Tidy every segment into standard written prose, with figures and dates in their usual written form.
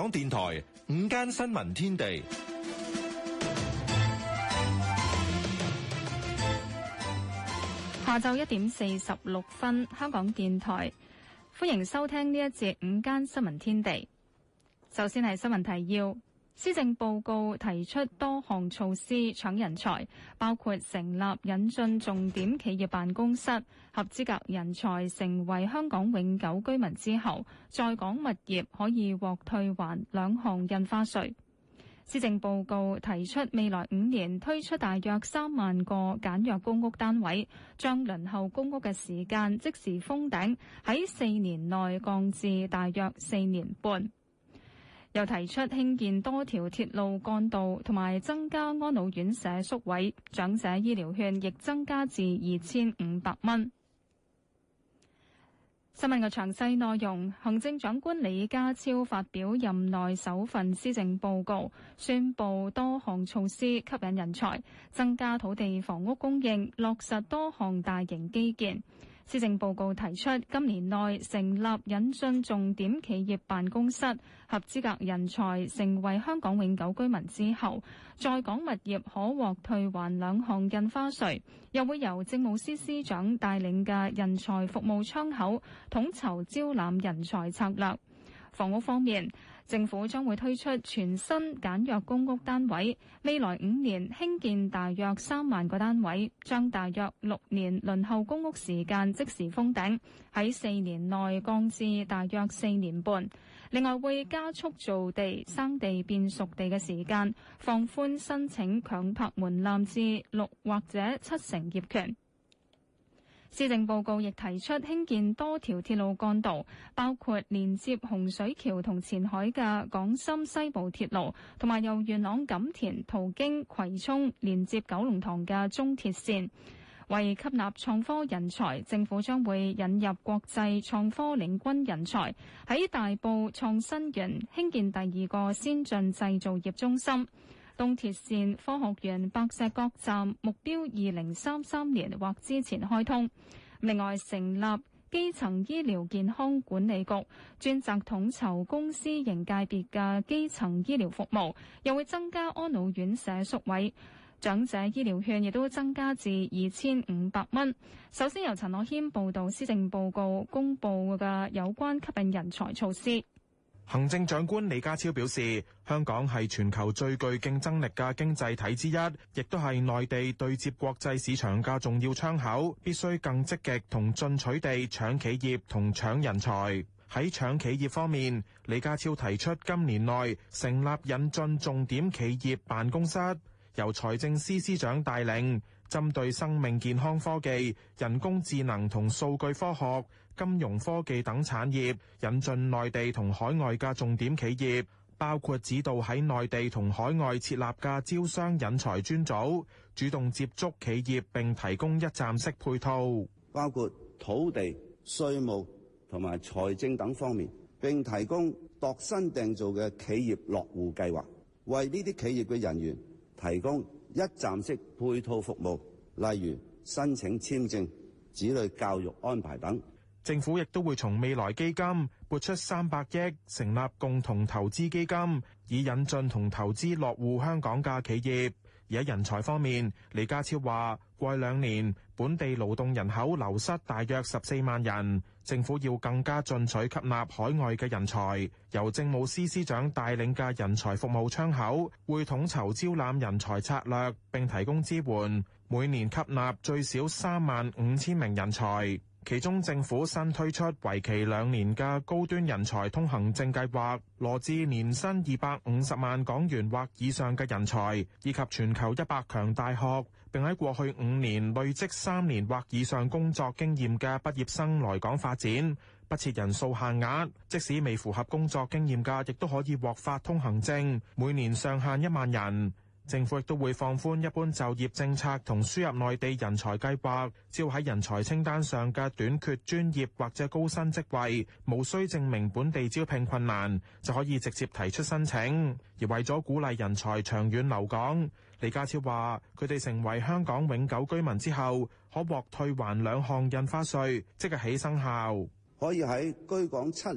港電台午間新聞天地， 下晝1:46，香港電台歡迎收聽呢一節午間新聞天地。首先係新聞提要。施政報告提出多項措施搶人才，包括成立引進重點企業辦公室，合資格人才成為香港永久居民之後，在港物業可以獲退還2項印花稅。施政報告提出未來5年推出大約3萬個簡約公屋單位，將輪候公屋嘅時間即時封頂，喺4年內降至大約4年半。又提出興建多條鐵路幹道同埋增加安老院舍宿位，長者醫療券亦增加至2500蚊。新聞嘅詳細內容，行政長官李家超發表任內首份施政報告，宣布多項措施吸引人才，增加土地房屋供應，落實多項大型基建。施政報告提出，今年內成立引進重點企業辦公室，合資格人才成為香港永久居民之後，在港物業可獲退還2項印花稅，又會由政務司司長帶領嘅人才服務窗口統籌招攬人才策略。房屋方面，政府將會推出全新簡約公屋單位，未來5年興建大約3萬個單位，將大約6年輪候公屋時間即時封頂，喺4年內降至大約4年半。另外會加速造地、生地變熟地嘅時間，放寬申請強拍門檻至6或者7成業權。施政報告亦提出興建多條鐵路幹道，包括連接洪水橋同前海嘅港深西部鐵路，同埋由元朗錦田途經葵涌連接九龍塘嘅中鐵線。為吸納創科人才，政府將會引入國際創科領軍人才，喺大埔創新園興建第2個先進製造業中心。東鐵線科學園白石角站目標2033年或之前開通。另外成立基層醫療健康管理局，專責統籌公私營界別嘅基層醫療服務，又會增加安老院舍宿位。長者醫療券亦都增加至2500蚊。首先由陳樂軒報導施政報告公布嘅有關吸引人才措施。 行政長官李家超表示，香港係全球最具競爭力嘅經濟體之一，亦都係內地對接國際市場嘅重要窗口，必須更積極同進取地搶企業同搶人才。喺搶企業方面，李家超提出今年內成立引進重點企業辦公室，由財政司司長帶領，針對生命健康科技、人工智能同數據科學、金融科技等產業，引進內地同海外嘅重點企業，包括指導喺內地同海外設立嘅招商引才專組，主動接觸企業並提供一站式配套， 包括土地、稅務同埋財政等方面，並提供度身訂造嘅企業落戶計劃，為呢啲企業嘅人員提供一站式配套服務，例如申請簽證、子女教育安排等。 政府亦都會從未來基金撥出300億，成立共同投資基金，以引進同投資落戶香港嘅企業。而喺人才方面，李家超話，過去2年本地勞動人口流失大約14萬人，政府要更加進取吸納海外嘅人才。由政務司司長帶領嘅人才服務窗口會統籌招攬人才策略，並提供支援，每年吸納最少35000名人才。其中政府新推出為期2年嘅高端人才通行證計劃，羅致年薪250萬港元或以上嘅人才，以及全球100強大學，並喺過去5年累積3年或以上工作經驗嘅畢業生來港發展，不設人數限額，即使未符合工作經驗嘅，亦都可以獲發通行證，每年上限1萬人。政府亦都會放寬一般就業政策同輸入內地人才計劃，只要喺人才清單上嘅短缺專業或者高薪職位，無需證明本地招聘困難，就可以直接提出申請。而為咗鼓勵人才長遠留港，李家超話佢哋成為香港永久居民之後，可獲退還2項印花稅，即日起生效。 可以喺居港7年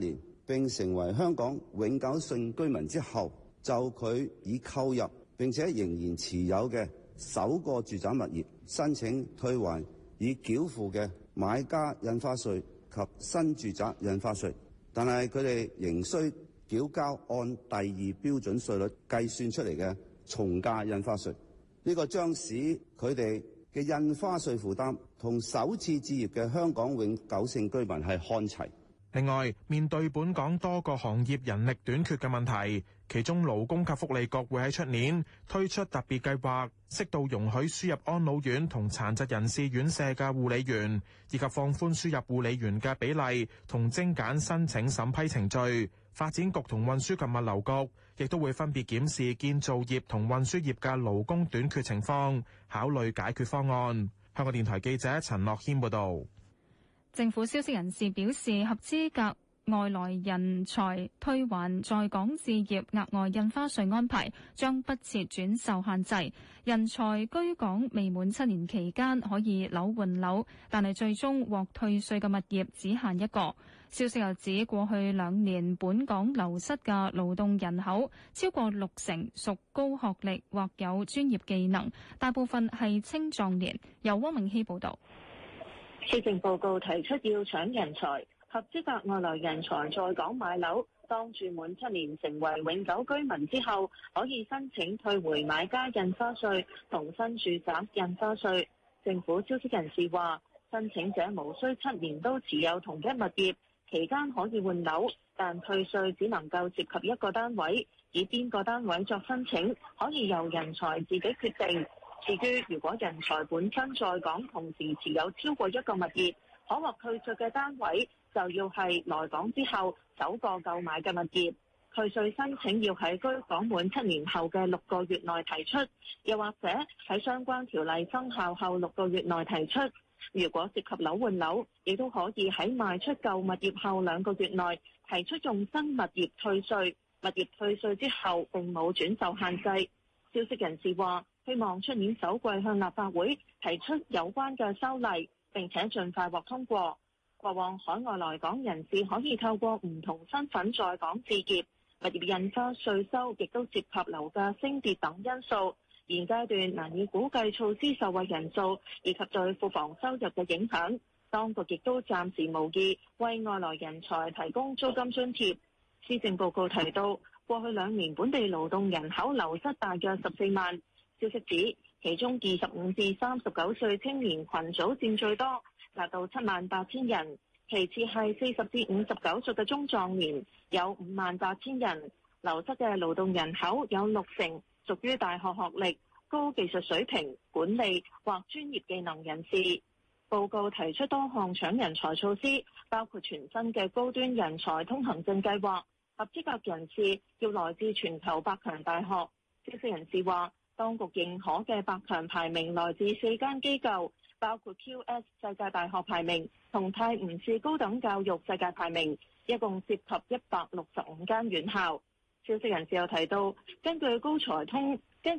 並成為香港永久性居民之後，就佢已購入並且仍然持有嘅首個住宅物業申請退還已繳付嘅買家印花稅及新住宅印花稅，但係佢哋仍需繳交按第二標準稅率計算出嚟嘅從價印花稅。呢個將使佢哋嘅印花稅負擔同首次置業嘅香港永久性居民係看齊。 另外，面對本港多個行業人力短缺嘅問題，其中勞工及福利局會喺出年推出特別計劃，適度容許輸入安老院同殘疾人士院舍嘅護理員，以及放寬輸入護理員嘅比例同精簡申請審批程序。發展局同運輸及物流局亦都會分別檢視建造業同運輸業嘅勞工短缺情況，考慮解決方案。香港電台記者陳樂軒報導。 政府消息人士表示，合資格外來人才退還在港置業額外印花稅安排將不設轉售限制。人才居港未滿7年期間可以樓換樓，但係最終獲退稅嘅物業只限一個。消息又指，過去2年本港流失嘅勞動人口超過60%屬高學歷或有專業技能，大部分係青壯年。由汪明希報導。 施政報告提出要搶人才，合資格外來人才在港買樓，當住滿7年成為永久居民之後，可以申請退回買家印花稅同新住宅印花稅。政府消息人士話，申請者無需7年都持有同一物業，期間可以換樓，但退稅只能夠涉及一個單位，以邊個單位作申請，可以由人才自己決定。至於如果人才本身在港同時持有超過一個物業，可獲退稅嘅單位就要係來港之後首個購買嘅物業。退稅申請要喺居港滿7年後嘅6個月內提出，又或者喺相關條例生效後6個月內提出。如果涉及樓換樓，亦都可以喺賣出舊物業後2個月內提出用新物業退稅。物業退稅之後並冇轉售限制。消息人士話，希望出年首季向立法會提出有關嘅修例，並且盡快獲通過。過往海外來港人士可以透過唔同身份在港置業，物業印花稅收亦都涉及樓價升跌等因素，現階段難以估計措施受惠人數以及對庫房收入嘅影響。當局亦都暫時無意為外來人才提供租金津貼。施政報告提到，過去2年本地勞動人口流失大約14萬。消息指，其中25至39歲青年群組佔最多，達到78000人。其次係40至59歲嘅中壯年，有58000人。流失嘅勞動人口有60%屬於大學學歷、高技術水平、管理或專業技能人士。報告提出多項搶人才措施，包括全新嘅高端人才通行證計劃，合資格人士要來自全球百強大學。消息人士話，當局認可嘅百強排名來自4間機構，包括 QS 世界大學排名同泰晤士高等教育世界排名，一共涉及165間院校。消息人士又提到，根據高通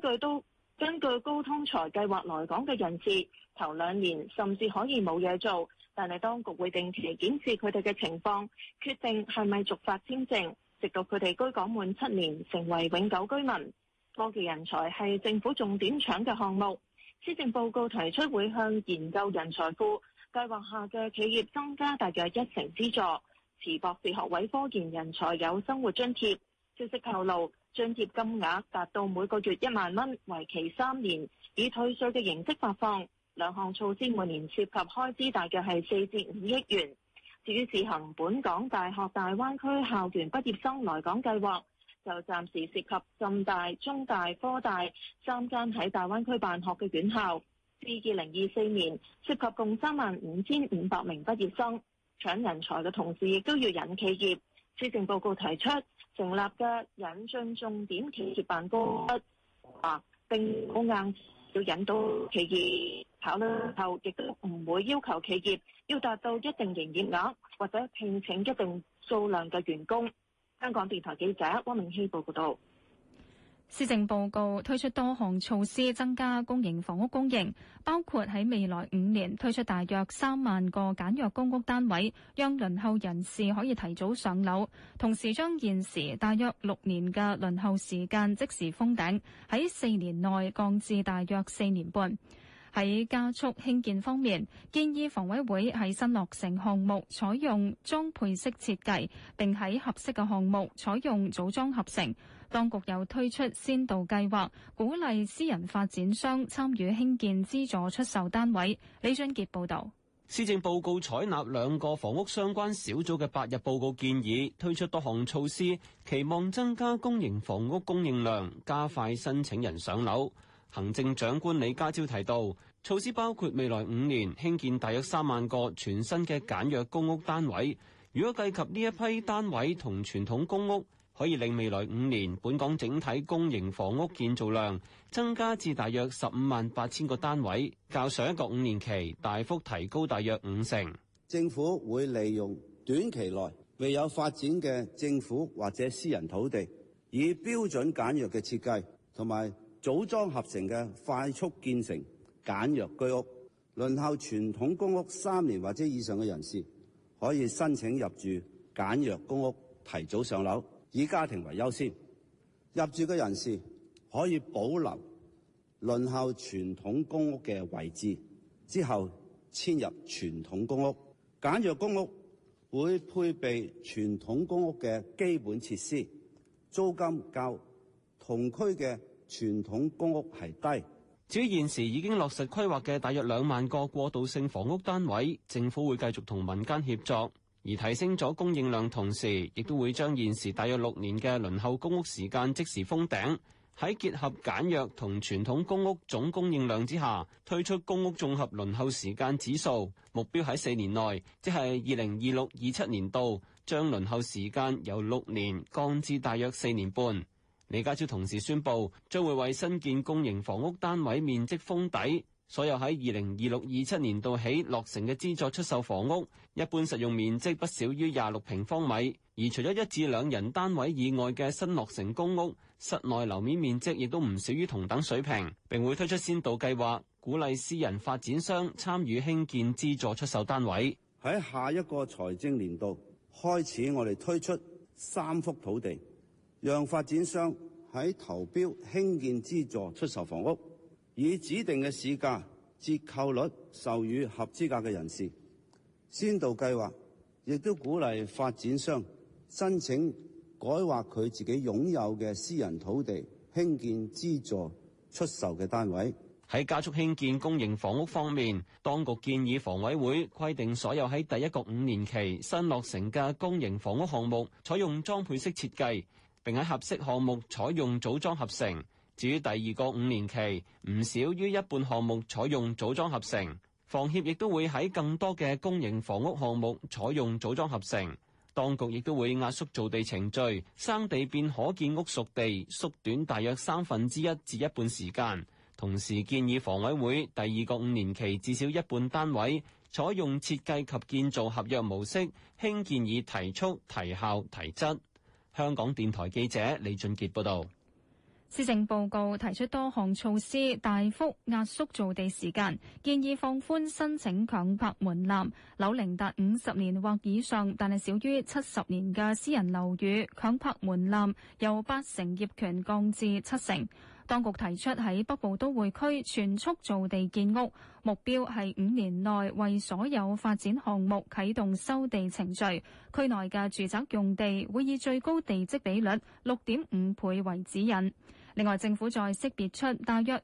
才計劃來港嘅人士，頭2年甚至可以冇嘢做，但係當局會定期檢視佢哋嘅情況，決定係咪續發簽證，直到佢哋居港滿7年成為永久居民。科技人才係政府重點搶嘅項目。施政報告提出會向研究人才庫計劃下嘅企業增加大約1成資助，持博士學位科研人才有生活津貼。消息透露，津貼金額達到每個月1萬蚊，為期3年，以退稅嘅形式發放。2項措施每年涉及開支大約係4至5億元。至於試行本港大學大灣區校園畢業生來港計劃，就暫時涉及浸大、中大、科大3間喺大灣區辦學嘅院校。至2024年，涉及共35500名畢業生。搶人才嘅同時，亦都要引企業。施政報告提出成立嘅引進重點企業辦公室，並好硬要引導企業考慮後，亦都唔會要求企業要達到一定營業額或者聘請一定數量嘅員工。香港電台記者汪明希報道。 施政報告推出多項措施增加公營房屋供應，包括喺未來5年推出大約3萬個簡約公屋單位，讓輪候人士可以提早上樓，同時將現時大約6年嘅輪候時間即時封頂，喺4年內降至大約4年半。喺加速興建方面，建議房委會喺新落成項目採用裝配式設計，並喺合適嘅項目採用組裝合成。當局又推出先導計劃，鼓勵私人發展商參與興建資助出售單位。李俊傑報導。 施政報告採納2個房屋相關小組嘅8日報告建議，推出多項措施，期望增加公營房屋供應量，加快申請人上樓。行政長官李家超提到，措施包括未來5年興建大約3萬個全新嘅簡約公屋單位。如果計及呢一批單位同傳統公屋，可以令未來5年本港整體公營房屋建造量增加至大約158000個單位，較上一個5年期大幅提高大約50%。 政府會利用短期內未有發展嘅政府或者私人土地，以標準簡約嘅設計同埋組裝合成嘅快速建成簡約居屋，輪候傳統公屋3年或者以上嘅人士，可以申請入住簡約公屋，提早上樓。以家庭為優先，入住嘅人士可以保留輪候傳統公屋嘅位置，之後遷入傳統公屋。簡約公屋會配備傳統公屋嘅基本設施，租金較同區嘅傳統公屋係低。 至於現時已經落實規劃嘅大約2萬個過渡性房屋單位，政府會繼續同民間協作。而提升咗供應量，同時亦都會將現時大約6年嘅輪候公屋時間即時封頂。喺結合簡約同傳統公屋總供應量之下，推出公屋綜合輪候時間指數，目標喺4年內，即係2026-27年度，將輪候時間由6年降至大約4年半。李家超同時宣布，將會為新建公營房屋單位面積封底。所有喺2026-27年度起落成嘅資助出售房屋，一般實用面積不少於26平方米，而除咗1至2人單位以外嘅新落成公屋，室內樓面面積亦都唔少於同等水平。並會推出先導計劃，鼓勵私人發展商參與興建資助出售單位。 喺下一個財政年度開始，我哋推出3幅土地，讓發展商喺投標興建資助出售房屋，以指定嘅市價折扣率授予合資格嘅人士。先導計劃亦都鼓勵發展商申請改劃佢自己擁有嘅私人土地興建資助出售嘅單位。 喺加速興建公營房屋方面，當局建議房委會規定所有喺第一個5年期新落成嘅公營房屋項目採用裝配式設計，並喺合適項目採用組裝合成。至於第2個5年期，唔少於一半項目採用組裝合成。房協亦都會喺更多嘅公營房屋項目採用組裝合成。當局亦都會壓縮造地程序，生地變可建屋熟地，縮短大約1/3至一半時間。同時建議房委會第2個5年期至少一半單位採用設計及建造合約模式，興建以提速、提效、提質。香港電台記者李俊傑報導。 施政報告提出多項措施，大幅壓縮造地時間，建議放寬申請強拍門檻，樓齡達50年或以上，但係少於70年嘅私人樓宇，強拍門檻由8成業權降至7成。當局提出喺北部都會區全速造地建屋，目標係5年內為所有發展項目啟動收地程序。區內嘅住宅用地會以最高地積比率 6.5 倍為指引。另外，政府再識別出大約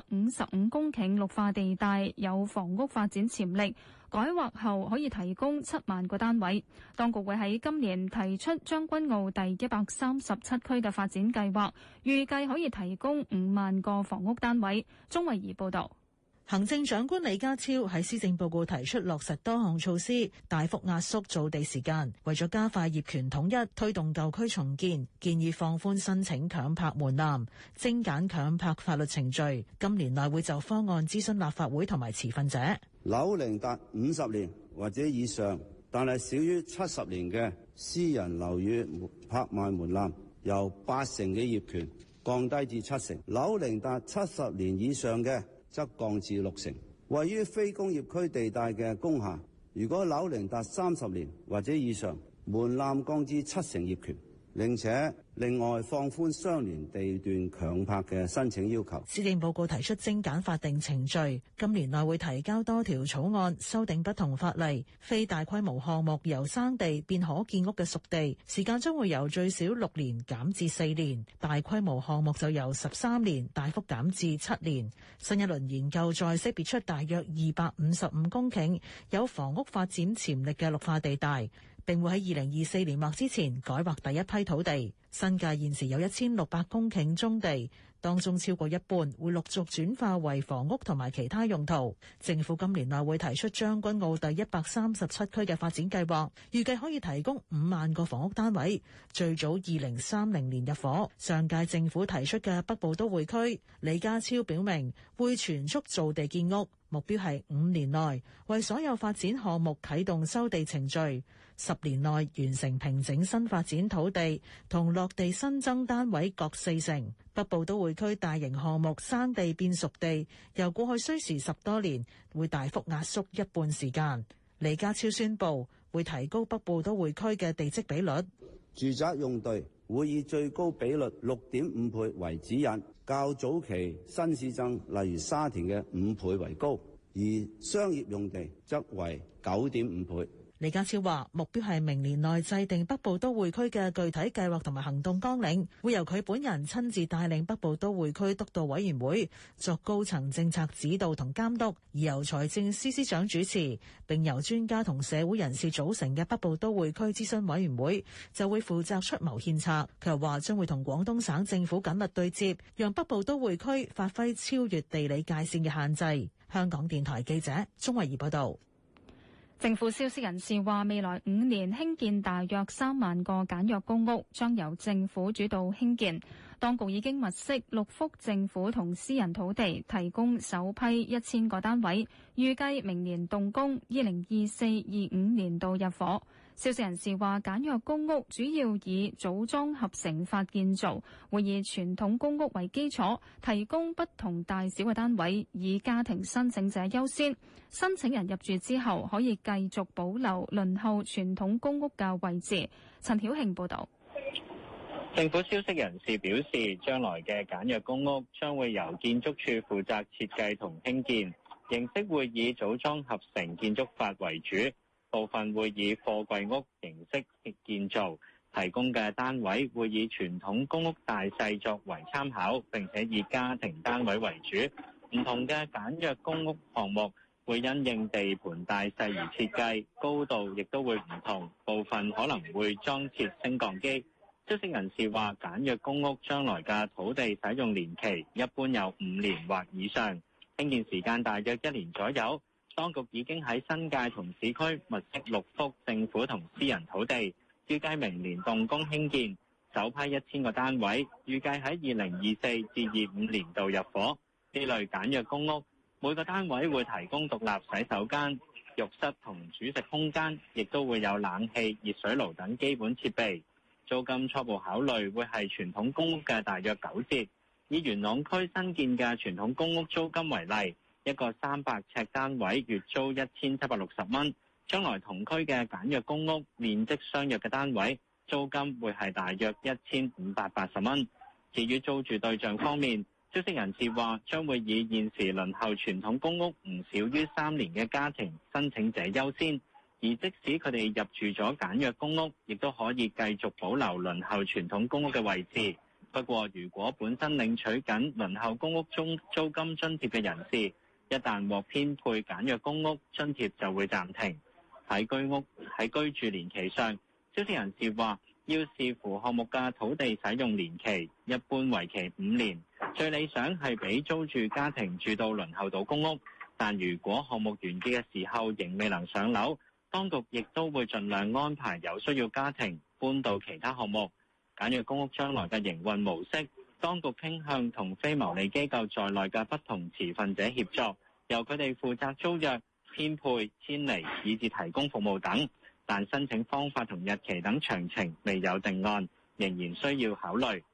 255公頃綠化地帶有房屋發展潛力，改劃後可以提供7萬個單位。當局會喺今年提出將軍澳第137區嘅發展計劃，預計可以提供5萬個房屋單位。鍾慧儀報導。 行政長官李家超喺施政報告提出落實多項措施，大幅壓縮造地時間，為咗加快業權統一，推動舊區重建，建議放寬申請強拍門檻，精簡強拍法律程序。今年內會就方案諮詢立法會同埋持份者。 樓齡達50年或者以上，但係少於70年嘅私人樓宇拍賣門檻由8成嘅業權降低至7成，樓齡達70年以上嘅則降至6成。位於非工業區地帶嘅工廈，如果樓齡達30年或者以上，門檻降至7成業權。並且另外放寬相連地段強拍嘅申請要求。 施政報告提出精簡法定程序，今年內會提交多條草案，修訂不同法例。非大規模項目由生地變可建屋嘅熟地，時間將會由最少6年減至4年；大規模項目就由13年大幅減至7年。新一輪研究再識別出大約255公頃有房屋發展潛力嘅綠化地帶，並會喺2024年或之前改劃第一批土地。新界現時有1600公頃棕地，當中超過一半會陸續轉化為房屋同埋其他用途。政府今年內會提出將軍澳第137區嘅發展計劃，預計可以提供5萬個房屋單位，最早2030年入伙。上屆政府提出嘅北部都會區，李家超表明會全速造地建屋，目標係5年內為所有發展項目啟動收地程序。10年內完成平整新發展土地同落地新增單位各4成。北部都會區大型項目生地變熟地，由過去需時10多年，會大幅壓縮一半時間。李家超宣布會提高北部都會區嘅地積比率， 住宅用地會以最高比率6.5倍為指引，較早期新市鎮例如沙田嘅5倍為高，而商業用地則為9.5倍。 李家超話目標係明年內制定北部都會區嘅具體計劃同埋行動綱領，會由佢本人親自帶領北部都會區督導委員會作高層政策指導同監督，而由財政司司長主持，並由專家同社會人士組成嘅北部都會區諮詢委員會就會負責出謀獻策。佢又話將會同廣東省政府緊密對接，讓北部都會區發揮超越地理界線嘅限制。香港電台記者鍾慧儀報道。 政府消息人士話，未來5年興建大約3萬個簡約公屋，將由政府主導興建。當局已經物色6幅政府同私人土地，提供首批1000個單位，預計明年動工，2024-25年度入伙。消息人士話，簡約公屋主要以組裝合成法建造，會以傳統公屋為基礎，提供不同大小嘅單位，以家庭申請者優先。申請人入住之後，可以繼續保留輪候傳統公屋嘅位置。陳曉慶報導。 政府消息人士表示，將來嘅簡約公屋將會由建築署負責設計同興建，形式會以組裝合成建築法為主。部分會以貨櫃屋形式建造，提供嘅單位會以傳統公屋大細作為參考，並且以家庭單位為主。唔同嘅簡約公屋項目會因應地盤大細而設計，高度亦都會唔同，部分可能會裝設升降機。消息人士話，簡約公屋將來嘅土地使用年期一般有5年或以上，興建時間大約1年左右。當局已經喺新界同市區物色6幅政府同私人土地，預計明年動工興建，首批1000個單位，預計喺2024至25年度入伙。呢類簡約公屋每個單位會提供獨立洗手間、浴室同煮食空間，亦都會有冷氣、熱水爐等基本設備。租金初步考慮會係傳統公屋嘅大約9折。以元朗區新建嘅傳統公屋租金為例，一個300尺單位月租1760蚊，將來同區嘅簡約公屋面積相若嘅單位租金會係大約1580蚊。至於租住對象方面，消息人士話將會以現時輪候傳統公屋唔少於3年嘅家庭申請者優先，而即使佢哋入住咗簡約公屋，亦都可以繼續保留輪候傳統公屋嘅位置。不過如果本身領取緊輪候公屋中租金津貼嘅人士，一旦獲編配簡約公屋，津貼就會暫停。喺居住年期上，消息人士話要視乎項目嘅土地使用年期，一般為期5年，最理想係俾租住家庭住到輪候到公屋。但如果項目完結嘅時候仍未能上樓，當局亦都會盡量安排有需要家庭搬到其他項目。簡約公屋將來嘅營運模式，當局傾向同非牟利機構在內嘅不同持份者協作，由佢哋負責租約、編配、遷離以至提供服務等，但申請方法同日期等詳情未有定案，仍然需要考慮。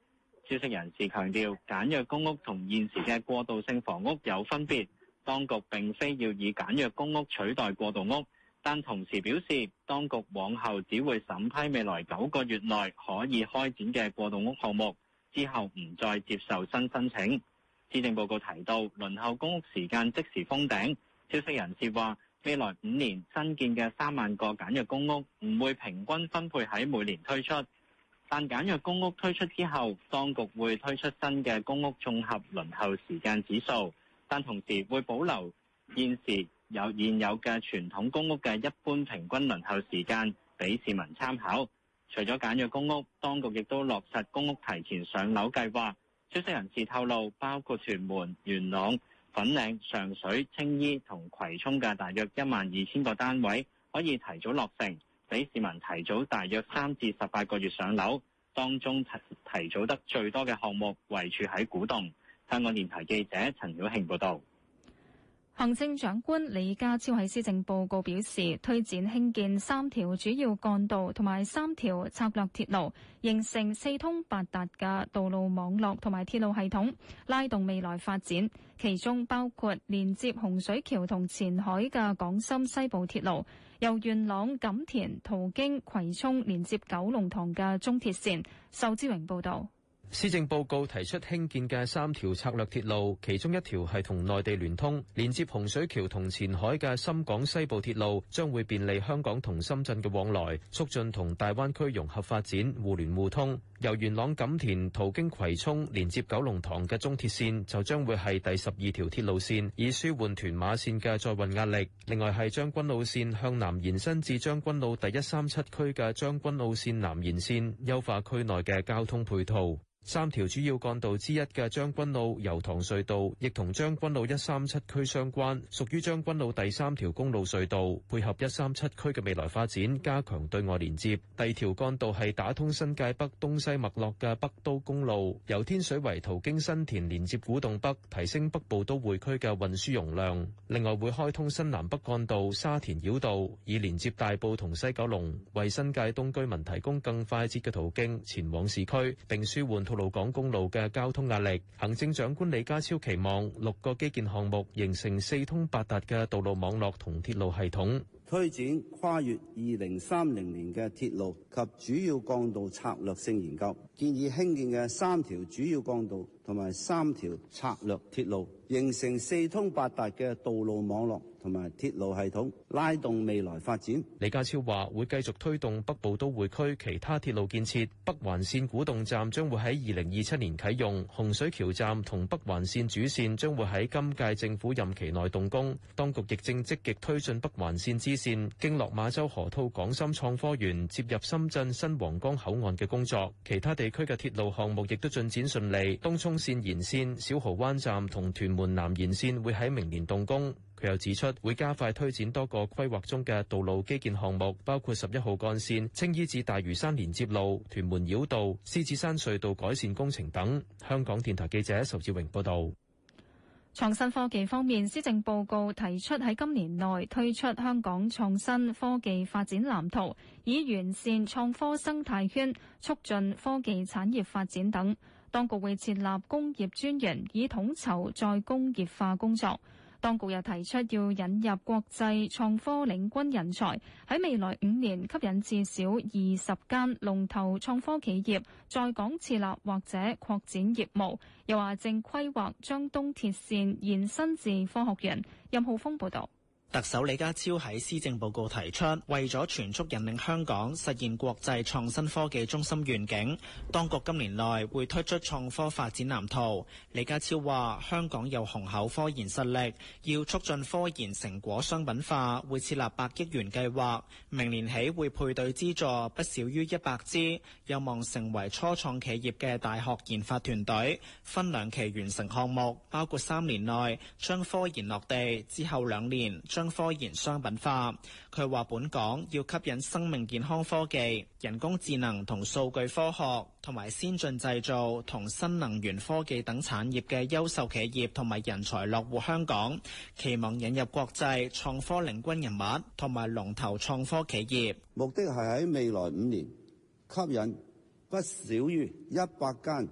消息人士強調，簡約公屋同現時嘅過渡性房屋有分別，當局並非要以簡約公屋取代過渡屋，但同時表示，當局往後只會審批未來9個月內可以開展嘅過渡屋項目，之後唔再接受新申請。施政報告提到，輪候公屋時間即時封頂。消息人士話，未來5年新建嘅3萬個簡約公屋唔會平均分配喺每年推出，但簡約公屋推出之後，當局會推出新嘅公屋綜合輪候時間指數，但同時會保留現有嘅傳統公屋嘅一般平均輪候時間俾市民參考。除咗簡約公屋，當局亦都落實公屋提前上樓計劃。消息人士透露，包括屯門、元朗、粉嶺、上水、青衣同葵涌嘅大約12000個單位可以提早落成，俾市民提早大約3至18個月上樓。當中提早得最多嘅項目位處喺古洞。香港電台記者陳曉慶報導。 行政長官李家超喺施政報告表示，推展興建3條主要幹道同埋3條策略鐵路，形成四通八達嘅道路網絡同埋鐵路系統，拉動未來發展。其中包括連接洪水橋同前海嘅港深西部鐵路，由元朗錦田途經葵涌連接九龍塘嘅中鐵線。仇志榮報導。 施政報告提出興建嘅3條策略鐵路，其中一條係同內地聯通，連接洪水橋同前海嘅深港西部鐵路，將會便利香港同深圳嘅往來，促進同大灣區融合發展，互聯互通。由元朗錦田途經葵涌連接九龍塘嘅中鐵線，就將會係第12條鐵路線，以舒緩屯馬線嘅載運壓力。另外係將軍澳線向南延伸至將軍澳第137區嘅將軍澳線南延線，優化區內嘅交通配套。3條主要幹道之一嘅將軍澳油塘隧道，亦同將軍澳137區相關，屬於將軍澳第3條公路隧道，配合137區嘅未來發展，加強對外連接。第2條幹道係打通新界北東西脈絡嘅北都公路，由天水圍途經新田連接古洞北，提升北部都會區嘅運輸容量。另外會開通新南北幹道沙田繞道，以連接大埔同西九龍，為新界東居民提供更快捷嘅途徑前往市區，並舒緩吐露港公路嘅交通壓力。行政長官李家超期望6個基建項目形成四通八達嘅道路網絡同鐵路系統， 推展跨越2030年嘅鐵路及主要幹道策略性研究，建議興建嘅3條主要幹道同埋3條策略鐵路，形成四通八達嘅道路網絡同埋鐵路系統，拉動未來發展。 李家超話會繼續推動北部都會區其他鐵路建設，北環線古洞站將會喺2027年啟用，洪水橋站同北環線主線將會喺今屆政府任期內動工。當局亦正積極推進北環線支線經落馬洲河套港深創科園接入深圳新皇崗口岸嘅工作。其他地區嘅鐵路項目亦都進展順利，東涌線延線、小蠔灣站同屯門南延線會喺明年動工。佢又指出，會加快推展多個規劃中嘅道路基建項目，包括11號幹線、青衣至大嶼山連接路、屯門繞道、獅子山隧道改善工程等。香港電台記者仇志榮報導。 創新科技方面，施政報告提出喺今年內推出香港創新科技發展藍圖，以完善創科生態圈，促進科技產業發展等。當局會設立工業專員，以統籌再工業化工作。當局又提出要引入國際創科領軍人才，喺未來5年吸引至少20間龍頭創科企業在港設立或者擴展業務。又話正規劃將東鐵線延伸至科學園。任浩峰報導。 特首李家超喺施政報告提出，為咗全速引領香港實現國際創新科技中心願景，當局今年內會推出創科發展藍圖。李家超話，香港有雄厚科研實力，要促進科研成果商品化，會設立100億元計劃，明年起會配對資助不少於100支，有望成為初創企業嘅大學研發團隊，分2期完成項目，包括3年內將科研落地，之後2年將科研商品化。佢話本港要吸引生命健康科技、人工智能同數據科學同埋先進製造同新能源科技等產業嘅優秀企業同埋人才落戶香港，期望引入國際創科領軍人物同埋龍頭創科企業。 目的係喺未來5年吸引不少於100間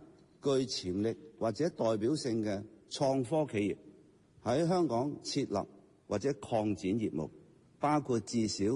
具潛力或者代表性嘅創科企業喺香港設立或者擴展業務，包括至少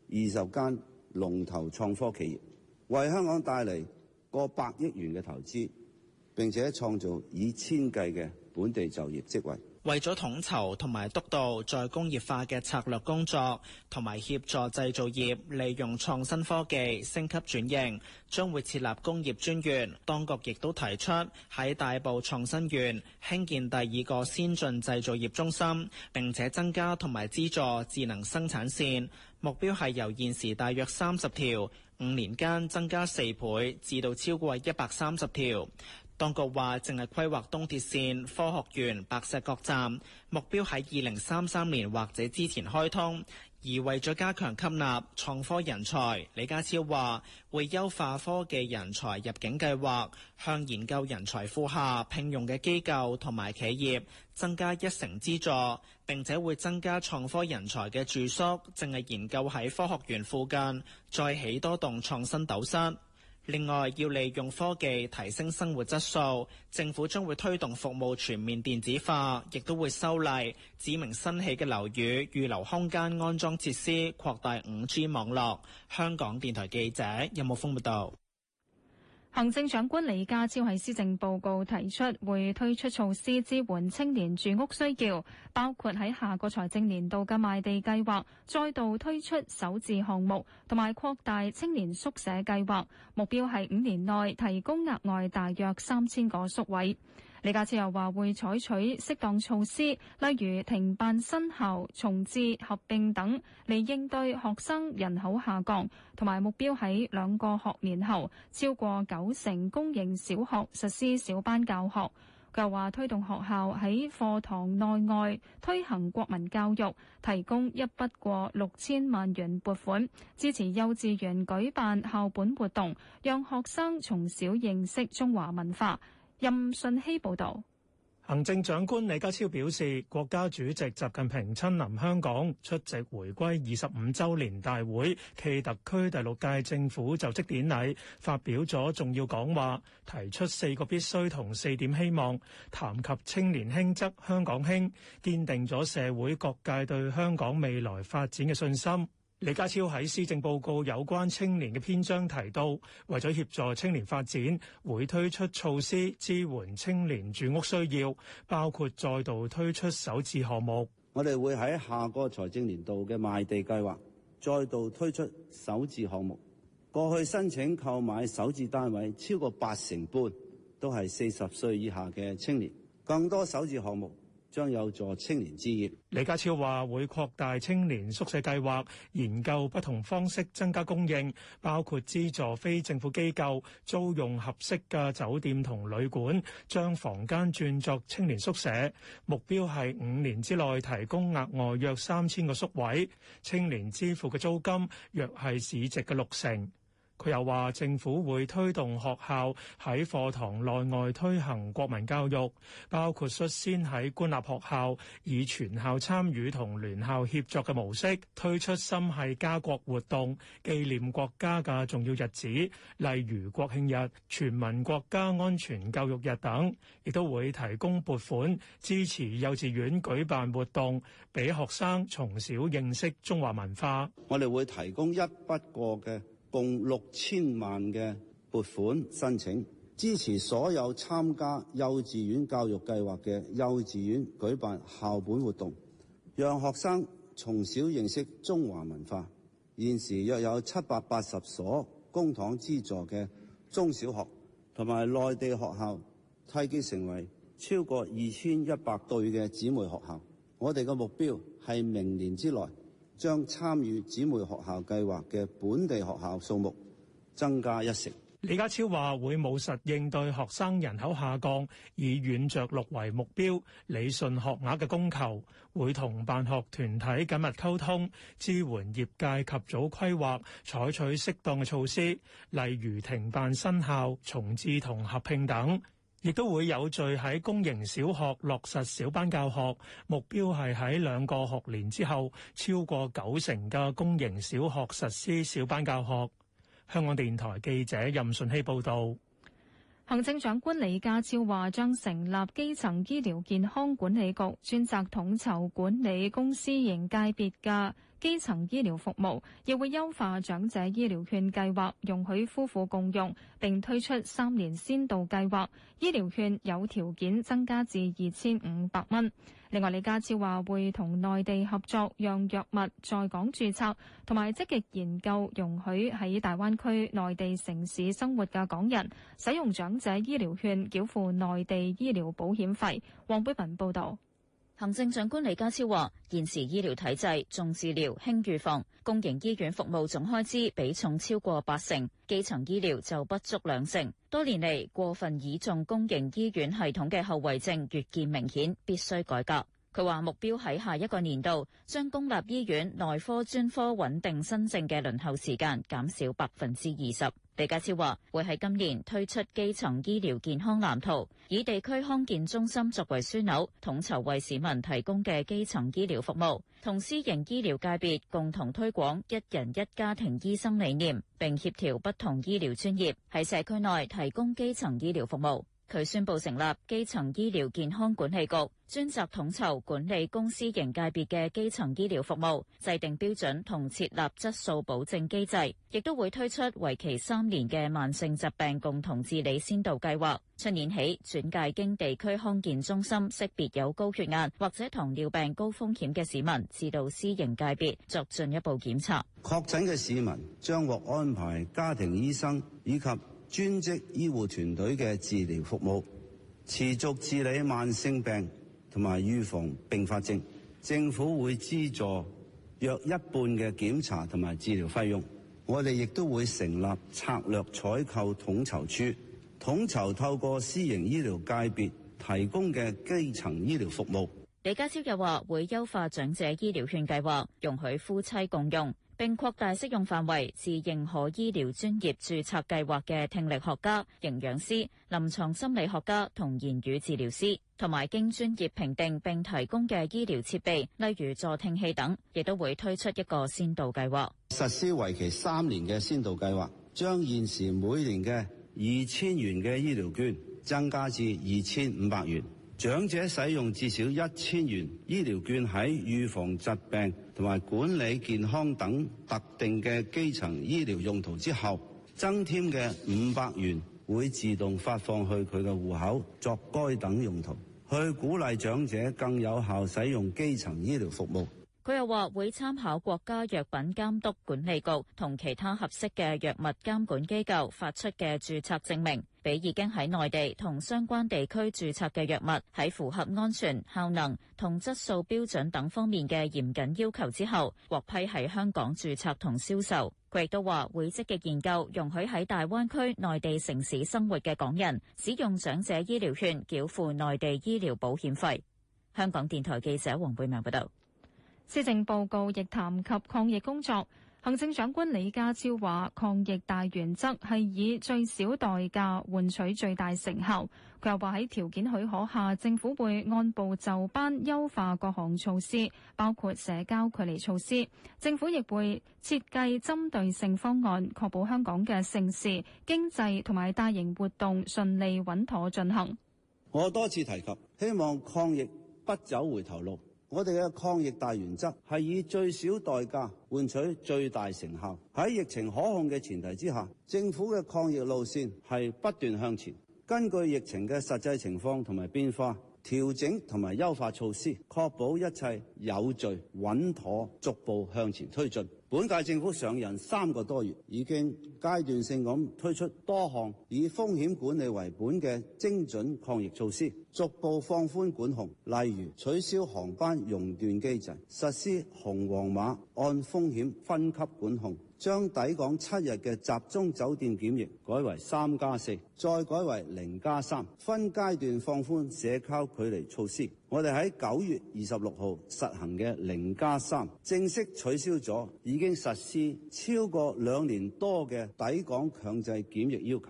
20間龍頭創科企業，為香港帶嚟過百億元嘅投資，並且創造以千計嘅本地就業職位。 為咗統籌同埋督導再工業化嘅策略工作，同埋協助製造業利用創新科技升級轉型，將會設立工業專員。當局亦都提出喺大埔創新園興建第2個先進製造業中心，並且增加同埋資助智能生產線，目標係由現時大約30條，5年間增加4倍，至到超過130條。當局話，正係規劃東鐵線科學園白石角站，目標喺2033年或者之前開通。而為咗加強吸納創科人才，李家超話會優化科技人才入境計劃，向研究人才庫下聘用嘅機構同埋企業增加1成資助，並且會增加創科人才嘅住宿，正係研究喺科學園附近再起多棟創新斗室。另外，要利用科技提升生活質素，政府將會推動服務全面電子化，亦都會修例指明新起嘅樓宇預留空間安裝設施，擴大 5G 網絡。香港電台記者任慕峰報道。 行政長官李家超喺施政報告提出，會推出措施支援青年住屋需要，包括喺下個財政年度嘅賣地計劃，再度推出首置項目，同埋擴大青年宿舍計劃，目標係5年內提供額外大約3000個宿位。李家超又話會採取適當措施，例如停辦新校、重置、合併等，嚟應對學生人口下降，同埋目標喺2個學年後，超過90%公營小學實施小班教學。佢又話推動學校喺課堂內外推行國民教育，提供一筆過6000萬元撥款，支持幼稚園舉辦校本活動，讓學生從小認識中華文化。任信希報導。 行政長官李家超表示，國家主席習近平親臨香港出席回歸25週年大會暨特區第6屆政府就職典禮，發表咗重要講話，提出4個必須同4點希望，談及青年興則香港興，堅定咗社會各界對香港未來發展嘅信心。李家超喺施政報告有關青年嘅篇章提到，為咗協助青年發展，會推出措施支援青年住屋需要，包括再度推出首置項目。 我哋會喺下個財政年度嘅賣地計劃再度推出首置項目。過去申請購買首置單位超過80%半都係40歲以下嘅青年，更多首置項目將有助青年置業。 李家超話會擴大青年宿舍計劃，研究不同方式增加供應，包括資助非政府機構租用合適嘅酒店同旅館，將房間轉作青年宿舍。目標係5年之內提供額外約3000個宿位，青年支付嘅租金約係市值嘅60%。佢又話政府會推動學校喺課堂內外推行國民教育，包括率先喺官立學校以全校參與同聯校協作嘅模式推出心繫家國活動，紀念國家嘅重要日子，例如國慶日、全民國家安全教育日等，亦都會提供撥款支持幼稚園舉辦活動，俾學生從小認識中華文化。 我哋會提供一筆過嘅共6000萬嘅撥款申請，支持所有參加幼稚園教育計劃嘅幼稚園舉辦校本活動，讓學生從小認識中華文化。現時約有780所公帑資助嘅中小學同埋內地學校締結成為超過2100對嘅姊妹學校。我哋嘅目標係明年之內將參與姊妹學校計劃嘅本地學校數目增加1成。 李家超話會務實應對學生人口下降，以軟着陸為目標，理順學額嘅供求，會同辦學團體緊密溝通，支援業界及早規劃，採取適當嘅措施，例如停辦新校、重置同合併等。亦都會有序喺公營小學落實小班教學，目標係喺2個學年之後，超過90%嘅公營小學實施小班教學。香港電台記者任順希報導。 行政長官李家超話將成立基層醫療健康管理局，專責統籌管理公私營界別嘅基層醫療服務，亦會優化長者醫療券計劃，容許夫婦共用，並推出3年先導計劃，醫療券有條件增加至2500蚊。另外，李家超話會同內地合作，讓藥物在港註冊，同埋積極研究容許喺大灣區內地城市生活嘅港人使用長者醫療券繳付內地醫療保險費。黃貝文報導。 行政長官李家超話：現時醫療體制重治療輕預防，公營醫院服務總開支比重超過80%，基層醫療就不足2成。多年嚟，過分倚重公營醫院系統嘅後遺症越見明顯，必須改革。佢話目標喺下一個年度將公立醫院內科專科穩定新症嘅輪候時間減少20%。李家超話會喺今年推出基層醫療健康藍圖，以地區康健中心作為樞紐，統籌為市民提供嘅基層醫療服務，同私營醫療界別共同推廣一人一家庭醫生理念，並協調不同醫療專業喺社區內提供基層醫療服務。佢宣布成立基層醫療健康管理局，專責統籌管理公私營界別嘅基層醫療服務，制定標準同設立質素保證機制，亦都會推出為期3年嘅慢性疾病共同治理先導計劃。出年起轉介經地區康健中心識別有高血壓或者糖尿病高風險嘅市民，至到私營界別作進一步檢查。 確診嘅市民將獲安排家庭醫生以及專職醫護團隊嘅治療服務，持續治理慢性病同埋預防併發症。政府會資助約一半嘅檢查同埋治療費用。我哋亦都會成立策略採購統籌處，統籌透過私營醫療界別提供嘅基層醫療服務。 李家超又話會優化長者醫療券計劃，容許夫妻共用，並擴大適用範圍至認可醫療專業註冊計劃嘅聽力學家、營養師、臨床心理學家同言語治療師，同埋經專業評定並提供嘅醫療設備，例如助聽器等，亦都會推出一個先導計劃。 實施為期3年嘅先導計劃，將現時每年嘅2000元嘅醫療券增加至2500元。長者使用至少1000元醫療券喺預防疾病同埋管理健康等特定嘅基層醫療用途之後，增添嘅500元會自動發放去佢嘅戶口作該等用途，去鼓勵長者更有效使用基層醫療服務。 佢又話會參考國家藥品監督管理局同其他合適嘅藥物監管機構發出嘅註冊證明，俾已經喺內地同相關地區註冊嘅藥物喺符合安全、效能同質素標準等方面嘅嚴謹要求之後，獲批喺香港註冊同銷售。佢亦都話會積極研究容許喺大灣區內地城市生活嘅港人使用長者醫療券繳付內地醫療保險費。香港電台記者黃貝明報道。 施政報告亦談及抗疫工作，行政長官李家超話：抗疫大原則係以最少代價換取最大成效。佢又話喺條件許可下，政府會按部就班優化各項措施，包括社交距離措施。政府亦會設計針對性方案，確保香港嘅盛事、經濟同埋大型活動順利穩妥進行。 我多次提及，希望抗疫不走回頭路。我哋嘅抗疫大原則係以最少代價換取最大成效。喺疫情可控嘅前提之下，政府嘅抗疫路線係不斷向前，根據疫情嘅實際情況同埋變化，調整同埋優化措施，確保一切有序、穩妥，逐步向前推進。本屆政府上任3個多月，已經階段性咁推出多項以風險管理為本嘅精準抗疫措施，逐步放寬管控，例如取消航班熔斷機制，實施紅黃碼按風險分級管控，將抵港7日嘅集中酒店檢疫改為3+4，再改為0+3，分階段放寬社交距離措施。我哋喺9月26號實行嘅0+3，正式取消咗已經實施超過2年多嘅抵港強制檢疫要求。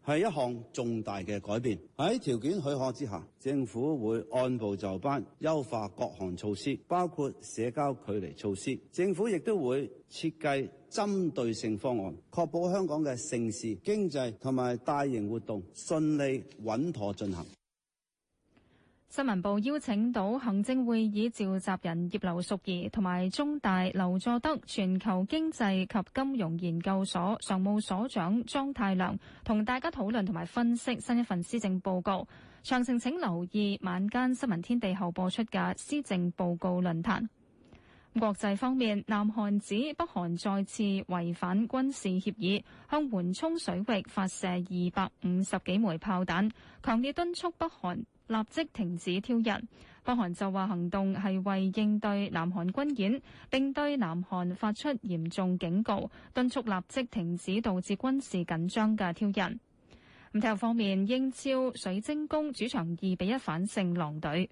係一項重大嘅改變。喺條件許可之下，政府會按部就班優化各項措施，包括社交距離措施。政府亦都會設計針對性方案，確保香港嘅盛事、經濟同埋大型活動順利穩妥進行。 新聞部邀請到行政會議召集人葉劉淑儀同埋中大劉佐德全球經濟及金融研究所常務所長莊太量，同大家討論同埋分析新一份施政報告。詳情請留意晚間新聞天地後播出嘅施政報告論壇。國際方面，南韓指北韓再次違反軍事協議，向緩衝水域發射250幾枚炮彈，強烈敦促北韓立即停止挑釁。北韓就話行動係為應對南韓軍演，並對南韓發出嚴重警告，敦促立即停止導致軍事緊張嘅挑釁。體育方面，英超水晶宮主場2-1反勝狼隊。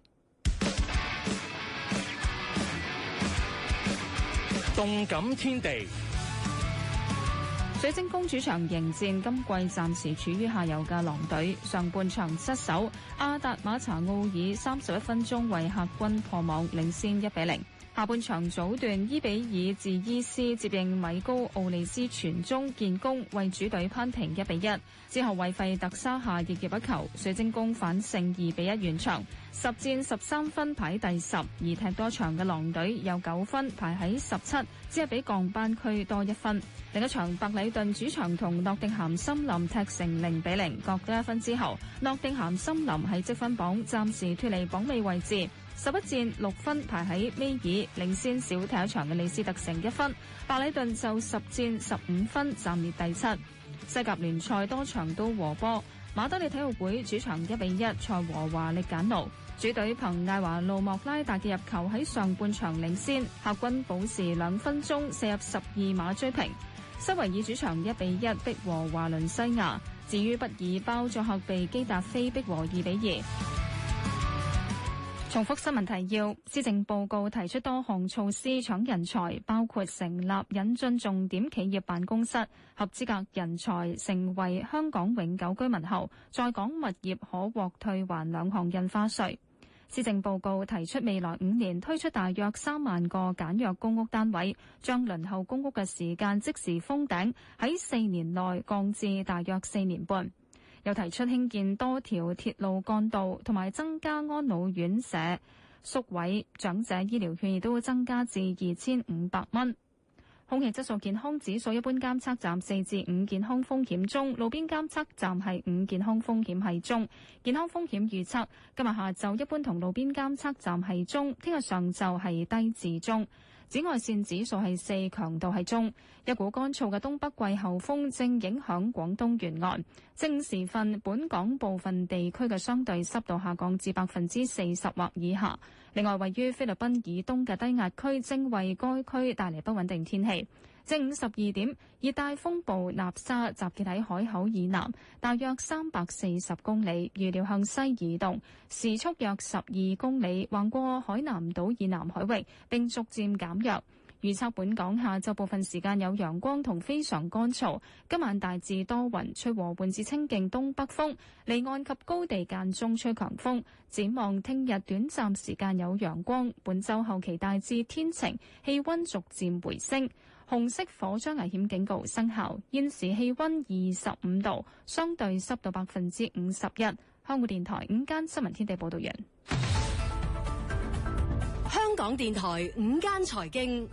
動感天地， 水晶宮主場迎戰今季暫時處於下游嘅狼隊，上半場失守，阿達馬查奧爾31分鐘為客軍破網，領先1-0。下半場早段，伊比爾治伊斯接應米高奧利斯傳中建功，為主隊扳平1-1。之後為費特沙夏亦入一球，水晶宮反勝2-1完場，10戰13分排第10，而踢多場嘅狼隊有9分排喺17，只係比降班區多1分。另一場白禮頓主場同諾定咸森林踢成0-0，各得1分之後，諾定咸森林喺積分榜暫時脫離榜尾位置。11戰6分排喺尾二，領先少踢一場嘅李斯特城1分。白禮頓就10戰15分暫列第7。西甲聯賽多場都和波，馬德里體育會主場1-1賽和華力簡奴，主隊憑艾華路莫拉達嘅入球喺上半場領先，客軍補時2分鐘射入12碼追平。西維爾主場1-1逼和華倫西亞，至於畢爾包作客被基達菲逼和2-2。重複新聞提要，施政報告提出多項措施搶人才，包括成立引進重點企業辦公室，合資格人才成為香港永久居民後，在港物業可獲退還2項印花稅。施政報告提出未來5年推出大約3萬個簡約公屋單位，將輪候公屋嘅時間即時封頂，喺4年內降至大約4年半。又提出興建多條鐵路幹道，同埋增加安老院舍宿位，長者醫療券亦都會增加至2500蚊。空氣質素健康指數一般監測站4至5健康風險中，路邊監測站係5健康風險係中。健康風險預測今日下晝一般同路邊監測站係中，聽日上晝係低至中。紫外線指數係4，強度係中。一股乾燥嘅東北季候風正影響廣東沿岸。正午時分，本港部分地區嘅相對濕度下降至40%或以下。另外，位於菲律賓以東嘅低壓區正為該區帶嚟不穩定天氣。正午12點，熱帶風暴納沙集結喺海口以南，大約340公里，預料向西移動，時速約12公里，橫過海南島以南海域，並逐漸減弱。預測本港下晝部分時間有陽光同非常乾燥，今晚大致多雲，吹和緩至清勁東北風，離岸及高地間中吹強風。展望聽日短暫時間有陽光，本週後期大致天晴，氣溫逐漸回升。紅色火災危險警告生效，現時氣溫25度，相對濕度51%。香港電台午間新聞天地報道完。 香港電台午間財經，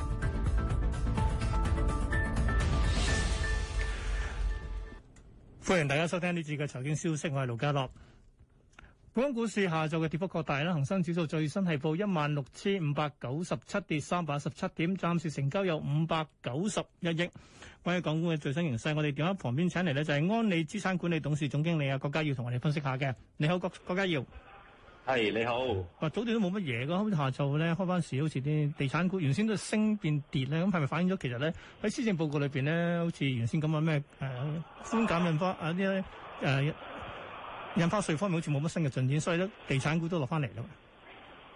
歡迎大家收聽呢節嘅財經消息，我係盧家樂。本港股市下晝嘅跌幅擴大啦，恒生指數最新係報16,597，跌317點，暫時成交有591億。關於港股嘅最新形勢，我哋電話旁邊請嚟呢就係安利資產管理董事總經理郭家耀同我哋分析下嘅。你好，郭家耀。 係你好。 早段都冇乜嘢噶，好似下晝咧開翻市，好似啲地產股原先都升變跌咧，咁係咪反映咗其實咧喺施政報告裏邊咧，好似原先咁話咩寬減印花啲印花稅方面好似冇乜新嘅進展，所以咧地產股都落翻嚟咯。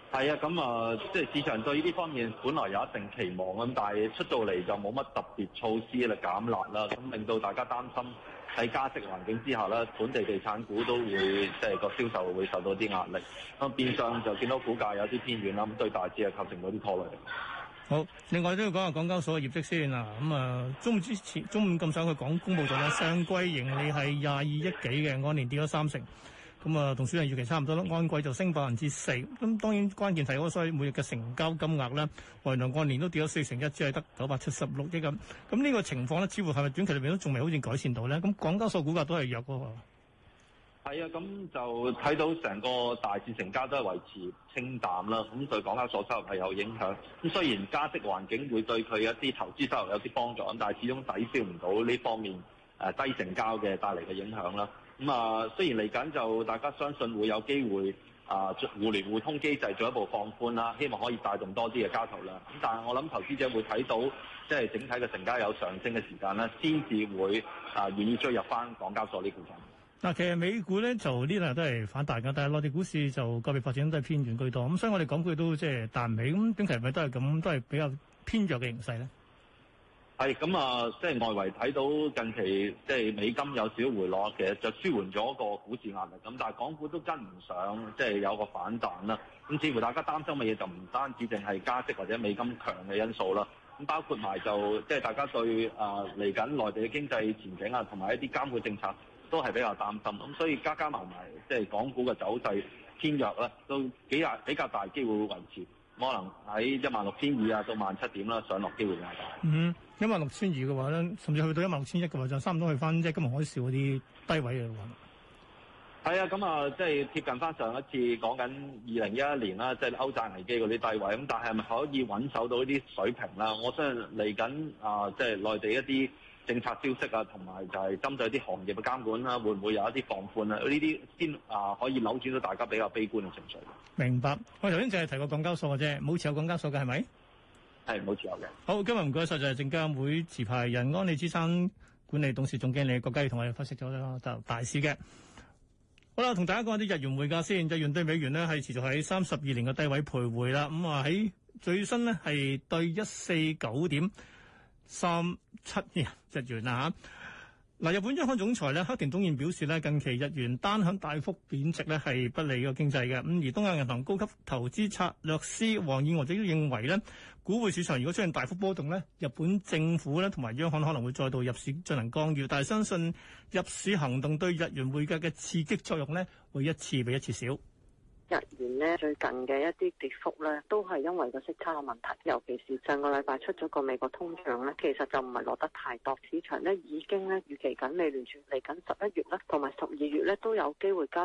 係啊，咁啊，即係市場對呢方面本來有一定期望咁，但係出到嚟就冇乜特別措施嚟減辣啦，咁令到大家擔心喺加息環境之下咧，本地地產股都會即係個銷售會受到啲壓力，咁變相就見到股價有啲偏軟啦，咁對大致係構成到啲拖累。 好，另外都要講下港交所嘅業績先啊，咁啊，中午咁上佢公佈咗啦，上季盈利係22億幾嘅，按年跌咗30%。咁啊，同市場預期差唔多咯，按季就升4%。咁當然關鍵係嗰所以每日嘅成交金額咧，原來按年都跌咗41%，只係得976億咁。咁呢個情況咧，似乎係咪短期裏邊都仲未好似改善到咧？咁港交所股價都係弱嘅喎。 係啊，咁就睇到成個大市成交都係維持清淡啦，咁對港交所收入係有影響。咁雖然加息環境會對佢一啲投資收入有啲幫助，咁但係始終抵消唔到呢方面低成交嘅帶嚟嘅影響啦。咁啊，雖然嚟緊就大家相信會有機會互聯互通機制進一步放寬啦，希望可以帶動多啲嘅交投量。咁但係我諗投資者會睇到即係整體嘅成交有上升嘅時間咧，先至會願意追入翻港交所呢股份。 嗱，其實美股咧就呢兩日都係反彈嘅，但係內地股市就個別發展都係偏軟居多。咁所以我哋港股都即係彈唔起。咁短期係咪都係咁，都係比較偏弱嘅形勢咧？ 係咁啊，即係外圍睇到近期即係美金有少少回落，其實就舒緩咗個股市壓力。咁但係港股都跟唔上，即係有個反彈啦。咁似乎大家擔心嘅嘢就唔單止淨係加息或者美金強嘅因素啦。咁包括埋就即係大家對嚟緊內地嘅經濟前景啊，同埋一啲監管政策都係比較擔心。咁所以加埋即係港股嘅走勢偏弱咧，都比較大機會維持。可能喺16,200啊到17,000點啦，上落機會比較大。 16,200嘅話咧，甚至去到16,100嘅話，就差唔多去翻即係金融海嘯嗰啲低位嘅話。 係啊，咁啊，即係貼近翻上一次講緊2011年啦，即係歐債危機嗰啲低位。咁但係咪可以穩守到呢啲水平啦？我相信嚟緊即係內地一啲政策消息啊，同埋就係針對啲行業嘅監管啦，會唔會有一啲放寬啊？呢啲先可以扭轉到大家比較悲觀嘅情緒。 明白。我頭先淨係提過港交所嘅啫，冇持有港交所嘅係咪？係冇持有嘅。 好，今日唔該晒，就係證監會持牌人安利資產管理董事總經理郭嘉耀同我哋分析咗就大市嘅。好啦，同大家講下啲日元匯價先。日元對美元呢係持續喺32年嘅低位徘徊啦。咁啊喺最新呢係對149.37日元啊嚇。嗱，日本央行總裁咧黑田東彥表示咧，近期日元單響大幅貶值咧係不利個經濟嘅。咁而東亞銀行高級投資策略師黃燕娥亦都認為咧，股匯市場如果出現大幅波動咧，日本政府咧同埋央行可能會再度入市進行干預，但係相信入市行動對日元匯價嘅刺激作用咧會一次比一次少。 日元呢最近嘅一啲跌幅呢，都係因為個息差嘅問題，尤其是上個禮拜出咗個美國通脹呢，其實就唔係落得太多。市場呢已經呢預期緊美聯儲嚟緊11月呢同埋12月呢都有機會加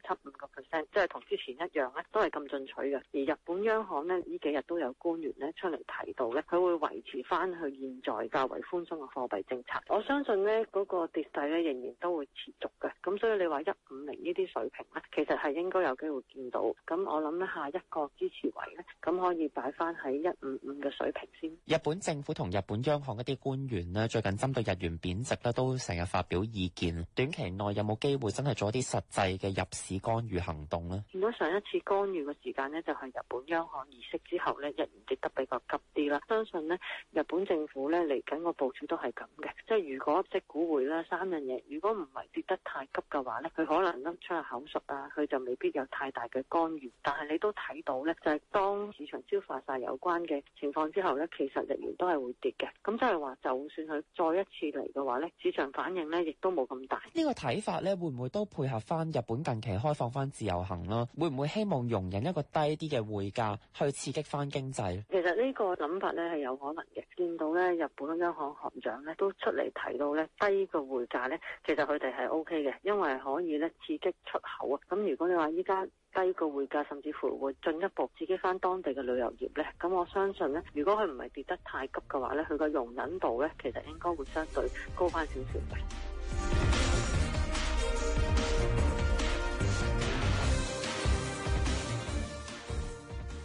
0.75%，即係同之前一樣呢都係咁進取嘅。而日本央行呢幾日都有官員呢出嚟提到呢，佢會維持翻佢現在較為寬鬆嘅貨幣政策。我相信呢嗰個跌勢呢仍然都會持續嘅。咁所以你話150呢啲水平呢，其實係應該有機會見到。咁我諗咧下一個支持位咧，咁可以擺翻喺155嘅水平先。 日本政府同日本央行一啲官員咧，最近針對日元貶值咧，都成日發表意見。短期內有冇機會真係做一啲實際嘅入市干預行動呢？ 見到上一次干預嘅時間呢，就係日本央行議息之後咧，日元跌得比較急啲啦。相信呢，日本政府咧嚟緊個部署都係咁嘅，即係如果即股匯啦3樣嘢，如果唔係跌得太急嘅話咧，佢可能甩出下口述啊，佢就未必有太大嘅干預。但係你都睇到咧，就係當市場消化晒有關嘅情況之後咧，其實日元都係會跌嘅。咁即係話，就算佢再一次嚟嘅話咧，市場反應咧亦都冇咁大。 呢個睇法咧，會唔會都配合翻日本近期開放翻自由行啦？會唔會希望容忍一個低啲嘅匯價去刺激翻經濟？ 其實呢個諗法咧係有可能嘅。見到咧日本央行行長咧都出嚟提到咧低嘅匯價咧，其實佢哋係 OK 嘅，因為可以咧刺激出口啊。咁如果你話依家低個匯價，甚至乎會進一步刺激翻當地嘅旅遊業咧。咁我相信咧，如果佢唔係跌得太急嘅話咧，佢個容忍度咧，其實應該會相對高翻少少嘅。